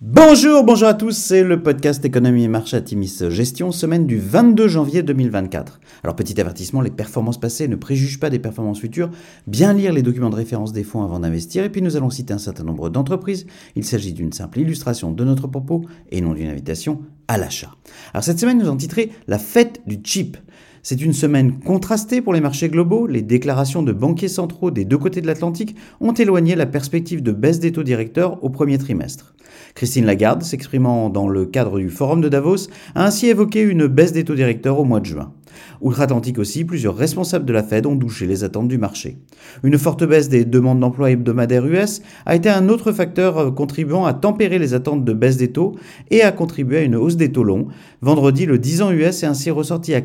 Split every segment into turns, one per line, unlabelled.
Bonjour à tous, c'est le podcast Économie et Marché Atimis Gestion, semaine du 22 janvier 2024. Alors petit avertissement, les performances passées ne préjugent pas des performances futures, bien lire les documents de référence des fonds avant d'investir, et puis nous allons citer un certain nombre d'entreprises. Il s'agit d'une simple illustration de notre propos et non d'une invitation à l'achat. Alors cette semaine nous avons titré la fête du chip. C'est une semaine contrastée pour les marchés globaux. Les déclarations de banquiers centraux des deux côtés de l'Atlantique ont éloigné la perspective de baisse des taux directeurs au premier trimestre. Christine Lagarde, s'exprimant dans le cadre du Forum de Davos, a ainsi évoqué une baisse des taux directeurs au mois de juin. Outre-Atlantique aussi, plusieurs responsables de la Fed ont douché les attentes du marché. Une forte baisse des demandes d'emploi hebdomadaires US a été un autre facteur contribuant à tempérer les attentes de baisse des taux et à contribuer à une hausse des taux longs. Vendredi, le 10 ans US est ainsi ressorti à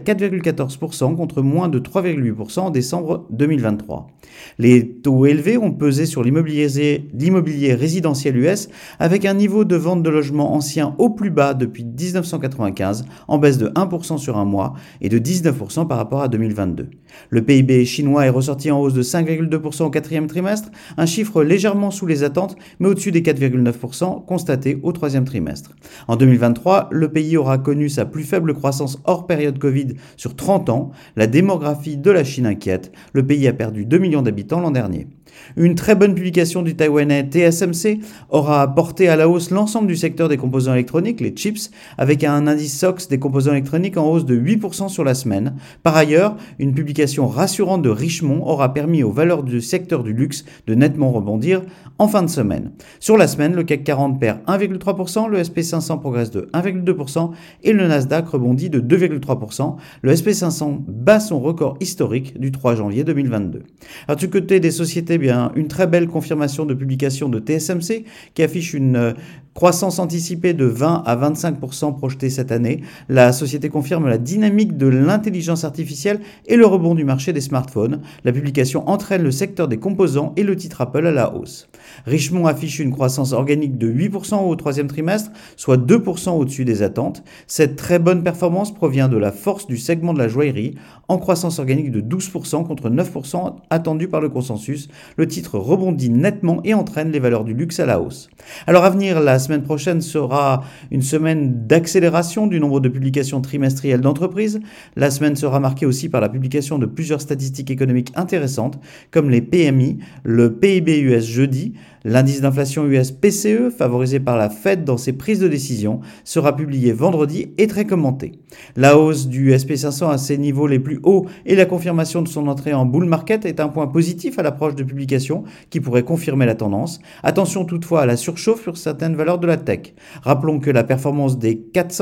4,14% contre moins de 3,8% en décembre 2023. Les taux élevés ont pesé sur l'immobilier résidentiel US avec un niveau de vente de logements anciens au plus bas depuis 1995, en baisse de 1% sur un mois et de 19% par rapport à 2022. Le PIB chinois est ressorti en hausse de 5,2% au quatrième trimestre, un chiffre légèrement sous les attentes, mais au-dessus des 4,9% constatés au troisième trimestre. En 2023, le pays aura connu sa plus faible croissance hors période Covid sur 30 ans. La démographie de la Chine inquiète. Le pays a perdu 2 millions d'habitants l'an dernier. Une très bonne publication du Taïwanais TSMC aura porté à la hausse l'ensemble du secteur des composants électroniques, les chips, avec un indice SOX des composants électroniques en hausse de 8% sur la semaine. Par ailleurs, une publication rassurante de Richemont aura permis aux valeurs du secteur du luxe de nettement rebondir en fin de semaine. Sur la semaine, le CAC 40 perd 1,3%, le SP500 progresse de 1,2% et le Nasdaq rebondit de 2,3%. Le SP500 bat son record historique du 3 janvier 2022. Alors du côté des sociétés, une très belle confirmation de publication de TSMC qui affiche une croissance anticipée de 20 à 25% projetée cette année. La société confirme la dynamique de l'intelligence artificielle et le rebond du marché des smartphones. La publication entraîne le secteur des composants et le titre Apple à la hausse. Richemont affiche une croissance organique de 8% au troisième trimestre, soit 2% au-dessus des attentes. Cette très bonne performance provient de la force du segment de la joaillerie, en croissance organique de 12% contre 9% attendu par le consensus. Le titre rebondit nettement et entraîne les valeurs du luxe à la hausse. Alors à venir, la semaine prochaine sera une semaine d'accélération du nombre de publications trimestrielles d'entreprises. La semaine sera marquée aussi par la publication de plusieurs statistiques économiques intéressantes, comme les PMI, le PIB US jeudi, l'indice d'inflation US PCE, favorisé par la Fed dans ses prises de décision, sera publié vendredi et très commenté. La hausse du SP500 à ses niveaux les plus hauts et la confirmation de son entrée en bull market est un point positif à l'approche de publication qui pourrait confirmer la tendance. Attention toutefois à la surchauffe sur certaines valeurs de la tech. Rappelons que la performance des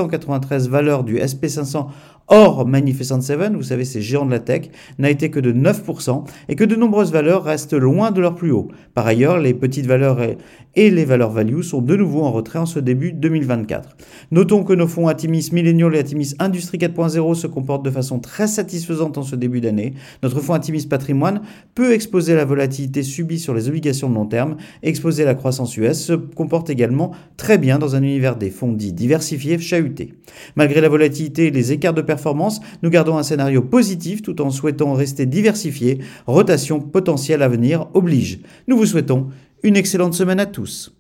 493 valeurs du SP500 hors Magnificent Seven, vous savez ces géants de la tech, n'a été que de 9% et que de nombreuses valeurs restent loin de leur plus haut. Par ailleurs, les petites valeurs et les valeurs value sont de nouveau en retrait en ce début 2024. Notons que nos fonds Atimis Millennial et Atimis Industrie 4.0 se comportent de façon très satisfaisante en ce début d'année. Notre fonds Atimis Patrimoine peut exposer la volatilité subie sur les obligations de long terme, exposer la croissance US, se comporte également très bien dans un univers des fonds dits diversifiés, chahutés. Malgré la volatilité et les écarts de performance, nous gardons un scénario positif tout en souhaitant rester diversifié. Rotation potentielle à venir oblige. Nous vous souhaitons une excellente semaine à tous.